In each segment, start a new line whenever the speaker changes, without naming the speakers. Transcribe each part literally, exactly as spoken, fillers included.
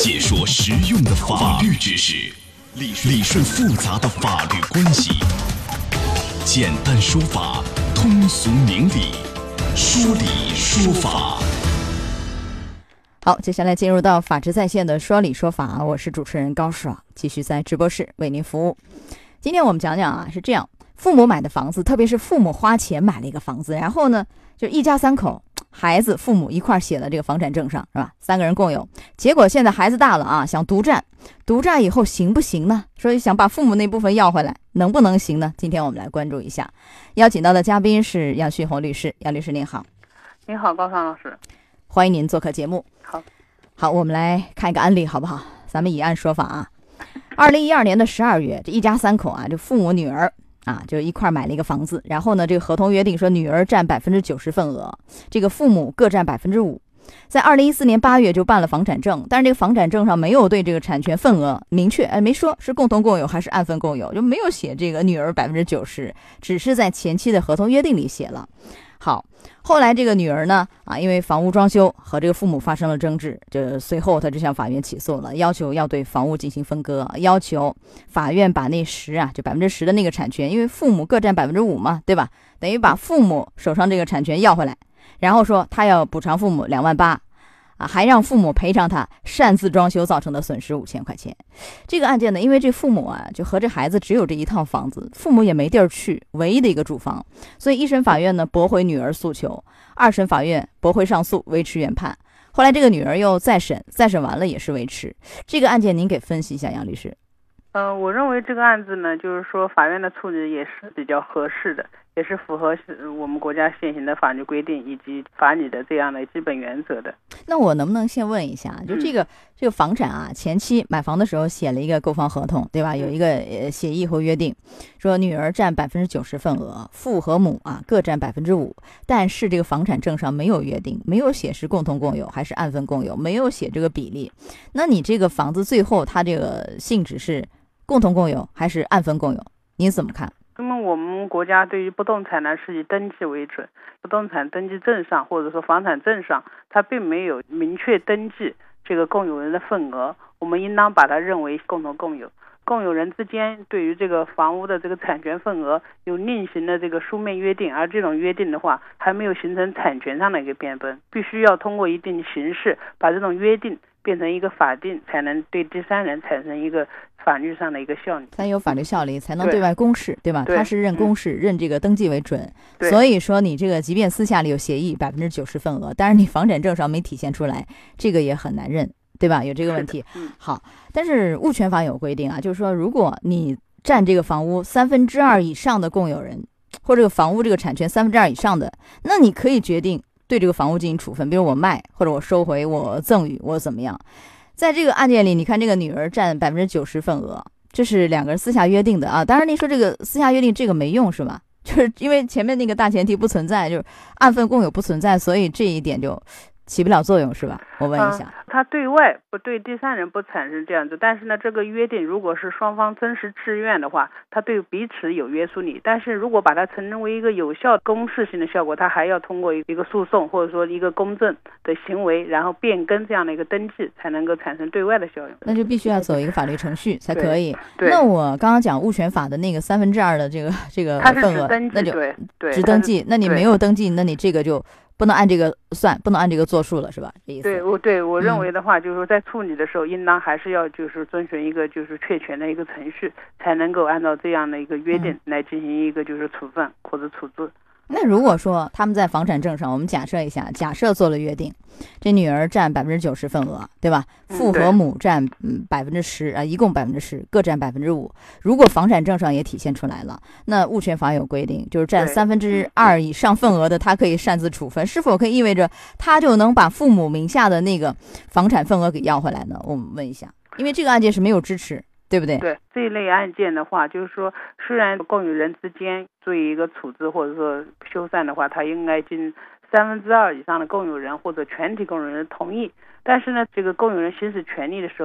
解说实用的法律知识，理理顺复杂的法律关系，简单说法，通俗明理，说理说法。
好，接下来进入到法治在线的说理说法，我是主持人高爽，继续在直播室为您服务。今天我们讲讲啊，是这样，父母买的房子，特别是父母花钱买了一个房子，然后呢，就一家三口，孩子、父母一块写了这个房产证上，是吧？三个人共有。结果现在孩子大了啊，想独占，独占以后行不行呢？所以想把父母那部分要回来，能不能行呢？今天我们来关注一下。邀请到的嘉宾是杨旭红律师，杨律师您好。
您好，高尚老师。
欢迎您做客节目。
好，
好，我们来看一个案例，好不好？咱们以案说法啊。二零一二年的十二月，这一家三口啊，这父母女儿啊，就一块买了一个房子。然后呢，这个合同约定说，女儿占百分之九十份额，这个父母各占百分之五。在二零一四年八月就办了房产证，但是这个房产证上没有对这个产权份额明确，哎，没说是共同共有还是按份共有，就没有写这个女儿百分之九十，只是在前期的合同约定里写了。好，后来这个女儿呢，啊，因为房屋装修和这个父母发生了争执，这随后她就向法院起诉了，要求要对房屋进行分割，要求法院把那十啊，就百分之十的那个产权，因为父母各占百分之五嘛，对吧？等于把父母手上这个产权要回来，然后说他要补偿父母两万八。啊，还让父母赔偿他擅自装修造成的损失五千块钱。这个案件呢，因为这父母啊，就和这孩子只有这一套房子，父母也没地儿去，唯一的一个住房，所以一审法院呢驳回女儿诉求，二审法院驳回上诉，维持原判。后来这个女儿又再审，再审完了也是维持。这个案件您给分析一下，杨律师。
呃，我认为这个案子呢，就是说法院的处理也是比较合适的，也是符合我们国家现行的法律规定以及法理的这样的基本原则的。
那我能不能先问一下，就这个、嗯、这个房产啊，前期买房的时候写了一个购房合同，对吧？有一个呃协议或约定，说女儿占百分之九十份额，父和母啊各占百分之五，但是这个房产证上没有约定，没有写是共同共有还是按份共有，没有写这个比例。那你这个房子最后它这个性质是共同共有还是按份共有？您怎么看？
那么我们国家对于不动产呢是以登记为准，不动产登记证上或者说房产证上它并没有明确登记这个共有人的份额，我们应当把它认为共同共有。共有人之间对于这个房屋的这个产权份额有另行的这个书面约定，而这种约定的话还没有形成产权上的一个变更，必须要通过一定形式把这种约定变成一个法定，才能对第三人产生一个法律上的一个效力，
才有法律效力，才能对外公示， 对, 对吧？他是认公示、嗯、认这个登记为准。所以说你这个即便私下里有协议百分之九十份额，但是你房产证上没体现出来，这个也很难认，对吧？有这个问题。
嗯、
好，但是物权法有规定啊，就是说如果你占这个房屋三分之二以上的共有人，或者这个房屋这个产权三分之二以上的，那你可以决定对这个房屋进行处分，比如我卖，或者我收回，我赠与，我怎么样。在这个案件里，你看这个女儿占百分之九十份额，这是两个人私下约定的啊。当然您说这个私下约定这个没用是吧？就是因为前面那个大前提不存在，就是按份共有不存在，所以这一点就起不了作用是吧？我问一下。
嗯、他对外不对第三人不产生这样子，但是呢，这个约定如果是双方真实自愿的话，他对彼此有约束力。但是如果把它成为一个有效公示性的效果，他还要通过一个诉讼或者说一个公证的行为，然后变更这样的一个登记，才能够产生对外的效用。
那就必须要走一个法律程序才可以。
对对，
那我刚刚讲物权法的那个三分之二的这个这个份额，那就
对对
只登记。那你没有登记，那你这个就不能按这个算，不能按这个作数了，是吧？这意思。
对，我对我认为的话，嗯、就是说在处理的时候，应当还是要就是遵循一个就是确权的一个程序，才能够按照这样的一个约定来进行一个就是处分或者处置。
那如果说他们在房产证上，我们假设一下，假设做了约定，这女儿占百分之九十份额，对吧？父和母占嗯百分之十啊，一共百分之十，各占百分之五。如果房产证上也体现出来了，那物权法有规定，就是占三分之二以上份额的，他可以擅自处分。是否可以意味着他就能把父母名下的那个房产份额给要回来呢？我们问一下，因为这个案件是没有支持。对不对？
对，这一类案件的话，就是说，虽然共有人之间做一个处置或者说修缮的话，他应该经三分之二以上的共有人或者全体共有人同意，但是呢，这个共有人行使权利的时候，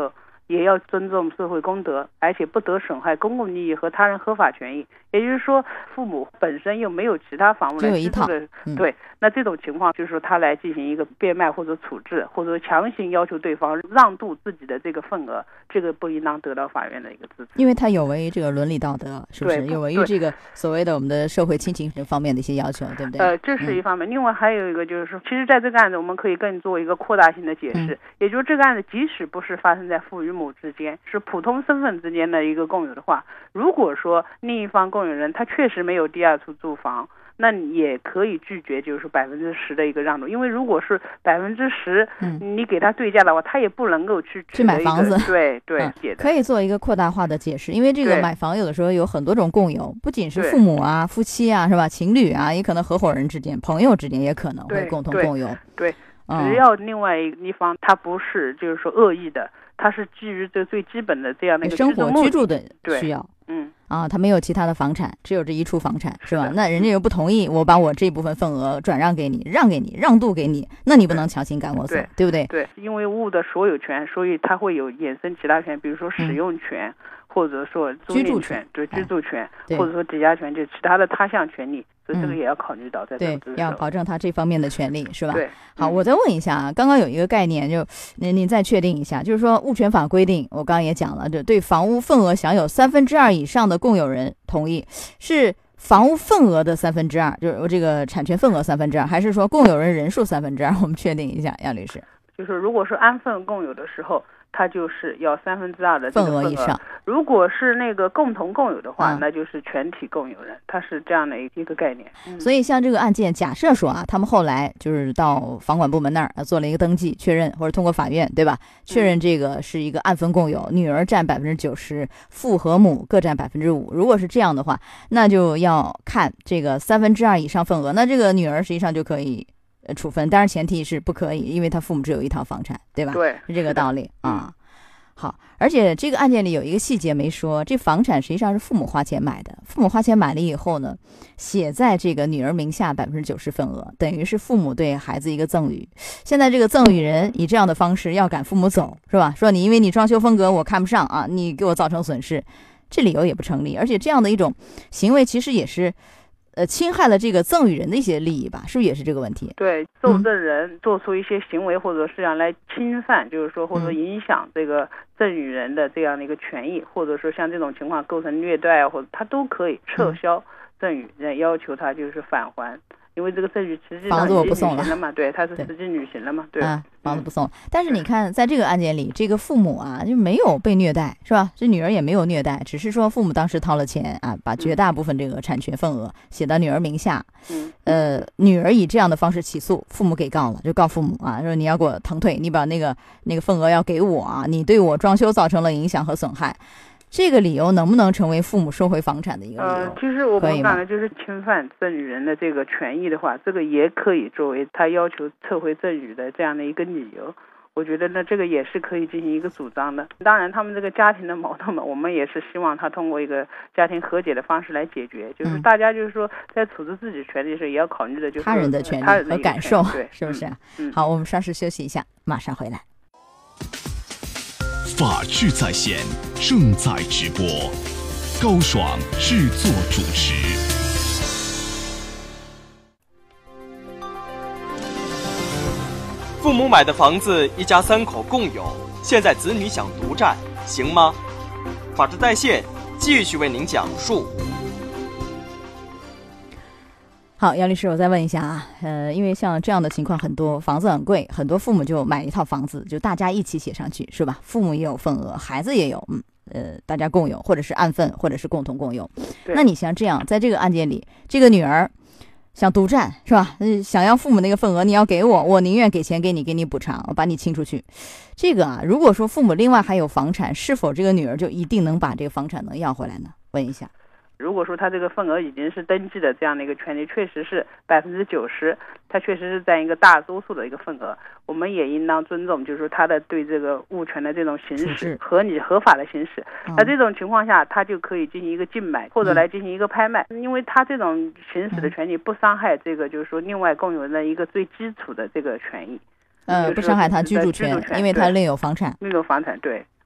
也要尊重社会公德，而且不得损害公共利益和他人合法权益。也就是说，父母本身又没有其他房屋来支付的，
嗯、
对，那这种情况就是说他来进行一个变卖或者处置，或者强行要求对方让渡自己的这个份额，这个不应当得到法院的一个支持，
因为他有违于这个伦理道德，是不是？有违于这个所谓的我们的社会亲情方面的一些要求，对不对？
呃，这是一方面。嗯、另外还有一个就是说，其实在这个案子我们可以更做一个扩大性的解释，嗯、也就是这个案子即使不是发生在父与母之间，是普通身份之间的一个共有的话，如果说另一方共有人他确实没有第二处住房，那你也可以拒绝就是百分之十的一个让渡，因为如果是百分之十，你给他对价的话，他也不能够去
去买房子，
对对、嗯，
可以做一个扩大化的解释，因为这个买房有的时候有很多种共有，不仅是父母啊、夫妻啊，是吧？情侣啊，也可能合伙人之间、朋友之间也可能会共同共有。
对，对嗯、只要另外一方他不是就是说恶意的，他是基于这最基本的这样的一个
生活居住的需要。
嗯
啊，他没有其他的房产，只有这一处房产，是吧？是那人家又不同意，我把我这部分份额转让给你，让给你，让渡给你，那你不能强行赶我走， 对, 对不对？
对，因为物的所有权，所以它会有衍生其他权，比如说使用权，嗯、或者说
居住权，
对居住权，
哎、
或者说抵押权，就其他的他项权利。所以这个也要考虑到在这个
对，要保证他这方面的权利，是吧？
对。
好，我再问一下啊，刚刚有一个概念，就您您再确定一下，就是说物权法规定，我刚刚也讲了，就对房屋份额享有三分之二以上的共有人同意，是房屋份额的三分之二，就是这个产权份额三分之二，还是说共有人人数三分之二？我们确定一下，杨律师。
就是如果是按份共有的时候，它就是要三分之二的
份额以上。
如果是那个共同共有的话，嗯、那就是全体共有人，它是这样的一个概念。
嗯、所以像这个案件，假设说啊，他们后来就是到房管部门那儿做了一个登记确认，或者通过法院，对吧？确认这个是一个按份共有，女儿占百分之九十，父和母各占百分之五。如果是这样的话，那就要看这个三分之二以上份额，那这个女儿实际上就可以。呃，处分，当然前提是不可以，因为他父母只有一套房产，对吧？
对，
是这个道理啊。嗯、好，而且这个案件里有一个细节没说，这房产实际上是父母花钱买的，父母花钱买了以后呢，写在这个女儿名下百分之九十份额，等于是父母对孩子一个赠与。现在这个赠与人以这样的方式要赶父母走，是吧？说你因为你装修风格我看不上啊，你给我造成损失，这理由也不成立，而且这样的一种行为其实也是。呃，侵害了这个赠与人的一些利益吧，是不是也是这个问题？
对，受赠人做出一些行为或者是让来侵犯，嗯、就是说或者影响这个赠与人的这样的一个权益，嗯、或者说像这种情况构成虐待啊，或者他都可以撤销赠与人，要求他就是返还。因为这个赠与实际上
房子我不送
了嘛，对，它是实际履行了嘛，对，
啊，房子不送了。但是你看，在这个案件里，这个父母啊就没有被虐待，是吧？这女儿也没有虐待，只是说父母当时掏了钱啊，把绝大部分这个产权份额写到女儿名下。
嗯，
呃，女儿以这样的方式起诉，父母给告了，就告父母啊，说你要给我腾退，你把那个那个份额要给我啊，你对我装修造成了影响和损害。这个理由能不能成为父母收回房产的一个理由？
呃，其实我们看的就是侵犯赠与人的这个权益的话，这个也可以作为他要求撤回赠与的这样的一个理由。我觉得呢，这个也是可以进行一个主张的。当然，他们这个家庭的矛盾嘛，我们也是希望他通过一个家庭和解的方式来解决。就是大家就是说，在处置自己权利时，也要考虑的就是
他人的权利和感受，
对，
是不是？
嗯，
好，我们稍事休息一下，马上回来。
法治在线正在直播，高爽制作主持。
父母买的房子一家三口共有，现在子女想独占，行吗？法治在线继续为您讲述。
好，杨律师，我再问一下啊，呃，因为像这样的情况很多，房子很贵，很多父母就买一套房子，就大家一起写上去，是吧？父母也有份额，孩子也有，嗯，呃，大家共有，或者是按份，或者是共同共有。那你像这样，在这个案件里，这个女儿想独占，是吧？呃，想要父母那个份额，你要给我，我宁愿给钱给你，给你补偿，我把你清出去。这个啊，如果说父母另外还有房产，是否这个女儿就一定能把这个房产能要回来呢？问一下。
如果说他这个份额已经是登记的这样的一个权利，确实是百分之九十，他确实是占一个大多数的一个份额，我们也应当尊重，就是说他的对这个物权的这种行使，合理合法的行使。
嗯、
那这种情况下，他就可以进行一个竞买，或者来进行一个拍卖，嗯、因为他这种行使的权利不伤害这个就是说另外共有人的一个最基础的这个权益。
呃，不伤害他居住权，因为他另有房产。
另有房产，对。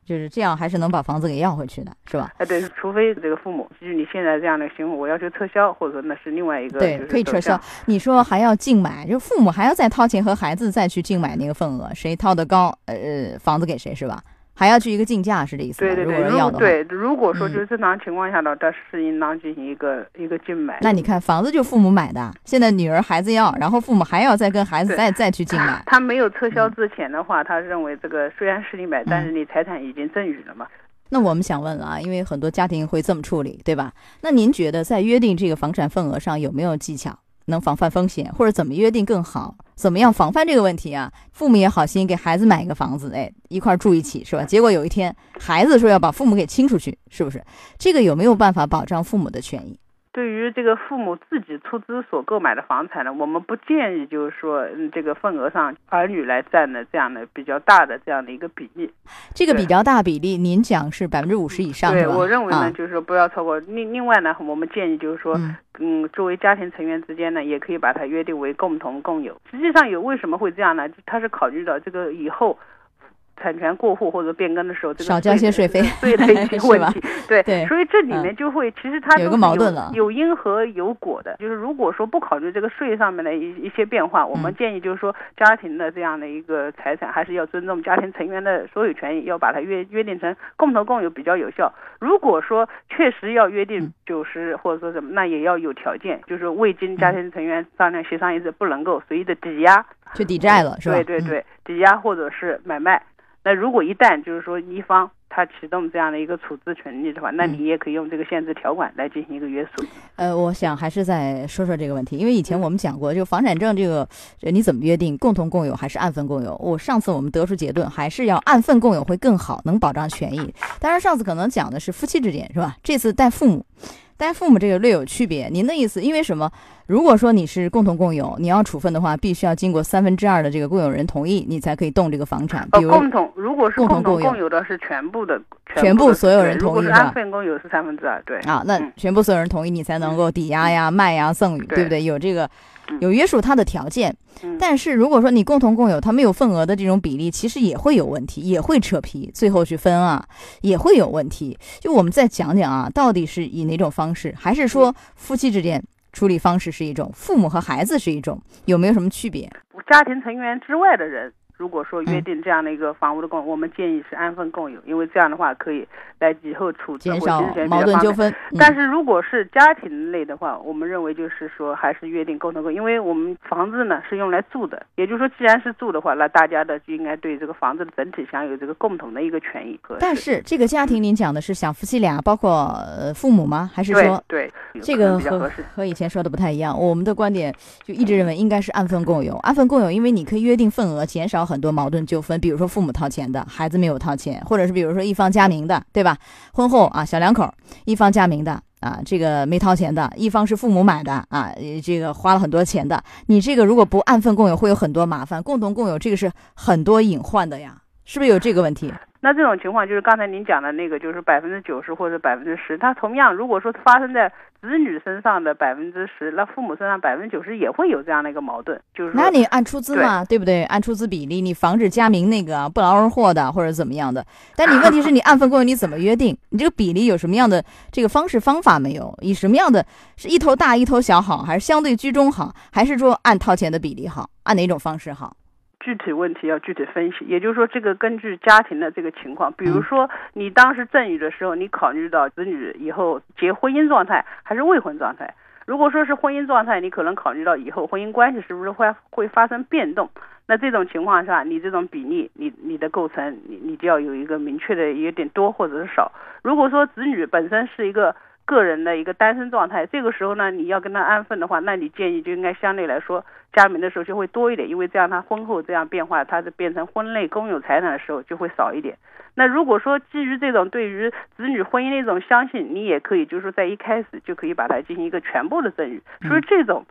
就是这样，还是能把房子给要回去的，是吧？
哎，对，除非这个父母基于你现在这样的行为，我要求撤销，或者那是另外一个
对，可以撤销。你说还要竞买，就父母还要再掏钱和孩子再去竞买那个份额，谁掏得高，呃，房子给谁，是吧？还要去一个竞价，是这意思吗？
对对对，
如果要的话，
对，如果说就是正常情况下呢，它是应当进行一个、嗯、一个竞买。
那你看，房子就父母买的，现在女儿孩子要，然后父母还要再跟孩子再再去竞买。
他没有撤销之前的话，嗯、他认为这个虽然是你买，嗯、但是你财产已经赠与了嘛。
那我们想问了啊，因为很多家庭会这么处理，对吧？那您觉得在约定这个房产份额上有没有技巧？能防范风险，或者怎么约定更好？怎么样防范这个问题啊？父母也好心给孩子买一个房子，哎，一块住一起，是吧？结果有一天孩子说要把父母给清出去，是不是？这个有没有办法保障父母的权益？
对于这个父母自己出资所购买的房产呢，我们不建议就是说，嗯，这个份额上儿女来占的这样的比较大的这样的一个比例。
这个比较大比例，您讲是百分之五十以上，
对，
是吧？
我认为呢，
啊、
就是说不要超过。另另外呢，我们建议就是说，嗯, 嗯，作为家庭成员之间呢，也可以把它约定为共同共有。实际上有为什么会这样呢？它是考虑到这个以后产权过户或者变更的时候，这个
少交些税费，
对的一些问题，对
对，
所以这里面就会、嗯、其实它
有一个矛盾了，
有因和有果的。就是如果说不考虑这个税上面的一一些变化，我们建议就是说家庭的这样的一个财产，还是要尊重家庭成员的所有权益，要把它约约定成共同共有比较有效。如果说确实要约定九十、嗯、或者说什么，那也要有条件，就是未经家庭成员商量协商一致，不能够随意的抵押
去抵债了，是吧？
对对对，嗯、抵押或者是买卖。那如果一旦就是说一方他启动这样的一个处置权利的话，那你也可以用这个限制条款来进行一个约束。
呃，我想还是再说说这个问题，因为以前我们讲过，就房产证这个你怎么约定，共同共有还是按份共有？我上次我们得出结论，还是要按份共有会更好，能保障权益。当然上次可能讲的是夫妻之间，是吧？这次带父母。但父母这个略有区别，您的意思，因为什么？如果说你是共同共有，你要处分的话，必须要经过三分之二的这个共有人同意，你才可以动这个房产。比如、
呃、共同，如果是共同共有, 共有的是全部的，全部
所有人同意，
如果是按份共有是三分之二，对
啊，那全部所有人同意，你才能够抵押呀、嗯、卖呀、赠与，对不对？有这个。有约束它的条件，但是如果说你共同共有，它没有份额的这种比例，其实也会有问题，也会扯皮，最后去分啊，也会有问题。就我们再讲讲啊，到底是以哪种方式，还是说夫妻之间处理方式是一种，父母和孩子是一种，有没有什么区别？
家庭成员之外的人，如果说约定这样的一个房屋的共有、嗯、我们建议是按份共有，因为这样的话可以来以后处置
减少矛盾纠纷、
嗯、但是如果是家庭类的话，我们认为就是说还是约定共同共有，因为我们房子呢是用来住的，也就是说既然是住的话，那大家的就应该对这个房子的整体享有这个共同的一个权益。
但是这个家庭您讲的是想夫妻俩包括父母吗？还是说
对, 对
这个和和以前说的不太一样？我们的观点就一直认为应该是按份共有，按份共有，因为你可以约定份额，减少很多矛盾纠纷，比如说父母掏钱的，孩子没有掏钱，或者是比如说一方加名的，对吧？婚后啊，小两口一方加名的啊，这个没掏钱的，一方是父母买的啊，这个花了很多钱的，你这个如果不按份共有，会有很多麻烦。共同共有这个是很多隐患的呀，是不是有这个问题？
那这种情况就是刚才您讲的那个，就是百分之九十或者百分之十，它同样如果说发生在子女身上的百分之十，那父母身上百分之九十也会有这样的一个矛盾，就是
那你按出资嘛， 对, 对不对？按出资比例，你防止加名那个不劳而获的或者怎么样的。但你问题是你按份共有，你怎么约定？你这个比例有什么样的这个方式方法没有？以什么样的是一头大一头小好，还是相对居中好，还是说按掏钱的比例好？按哪种方式好？
具体问题要具体分析，也就是说这个根据家庭的这个情况，比如说你当时赠与的时候，你考虑到子女以后结婚姻状态还是未婚状态。如果说是婚姻状态，你可能考虑到以后婚姻关系是不是会会发生变动，那这种情况下你这种比例你你的构成你你就要有一个明确的有点多或者是少。如果说子女本身是一个个人的一个单身状态，这个时候呢你要跟他安分的话，那你建议就应该相对来说加名的时候就会多一点，因为这样他婚后这样变化，他是变成婚内公有财产的时候就会少一点。那如果说基于这种对于子女婚姻的一种相信，你也可以就是说在一开始就可以把它进行一个全部的赠与。所以这种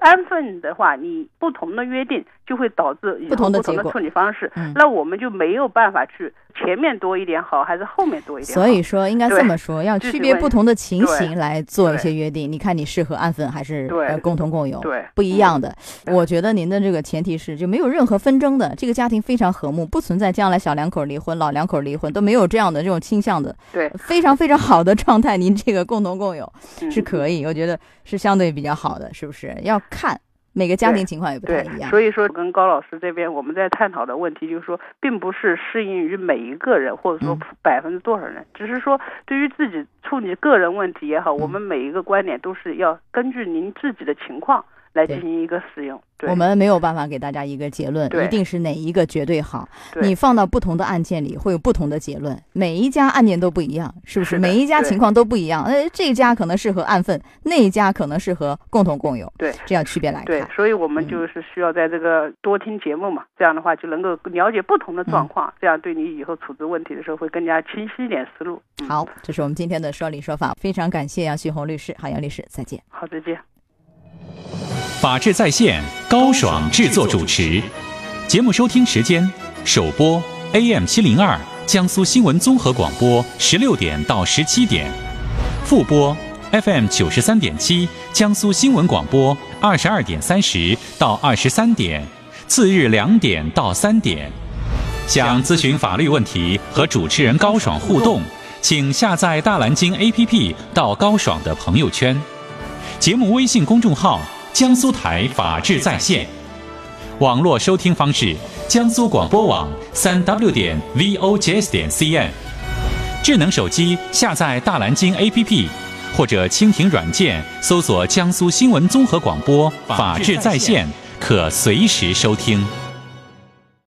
安分的话，你不同的约定就会导致以后不同的处理方式，嗯、那我们就没有办法去前面多一点好，还是后面多一点好。
所以说应该这么说，要区别不同的情形来做一些约定。你看你适合安分还是呃共同共有，
对，
不一样的。嗯、我觉得您的这个前提是就没有任何纷争的，这个家庭非常和睦，不存在将来小两口离婚、老两口离婚都没有这样的这种倾向的，
对，
非常非常好的状态。您这个共同共有是可以，嗯、我觉得是相对比较好的，是不是？要看。每个家庭情况也不太一样，
所以说跟高老师这边我们在探讨的问题就是说，并不是适应于每一个人，或者说百分之多少人，嗯、只是说对于自己处理个人问题也好，嗯、我们每一个观点都是要根据您自己的情况来进行一个使用。对，
我们没有办法给大家一个结论，一定是哪一个绝对好。你放到不同的案件里会有不同的结论，每一家案件都不一样，是不是？每一家情况都不一样，呃，这家可能适合安分，那一家可能适合共同共有。
对，
这样区别来看。
对，所以我们就是需要在这个多听节目嘛，嗯、这样的话就能够了解不同的状况，嗯、这样对你以后处置问题的时候会更加清晰一点思路。
嗯、好，这是我们今天的说理说法，非常感谢杨旭红律师，好，杨律师，再见。
好，再见。
法治在线，高爽制作主持。节目收听时间：首播 A M 七零二江苏新闻综合广播十六点到十七点，复播 F M 九十三点七江苏新闻广播二十二点三十到二十三点，次日两点到三点。想咨询法律问题和主持人高爽互动，请下载大蓝鲸 A P P 到高爽的朋友圈。节目微信公众号江苏台法治在线，网络收听方式江苏广播网三 w 点 v o j s 点 c n， 智能手机下载大蓝鲸 A P P 或者蜻蜓软件搜索江苏新闻综合广播法治在线，可随时收听。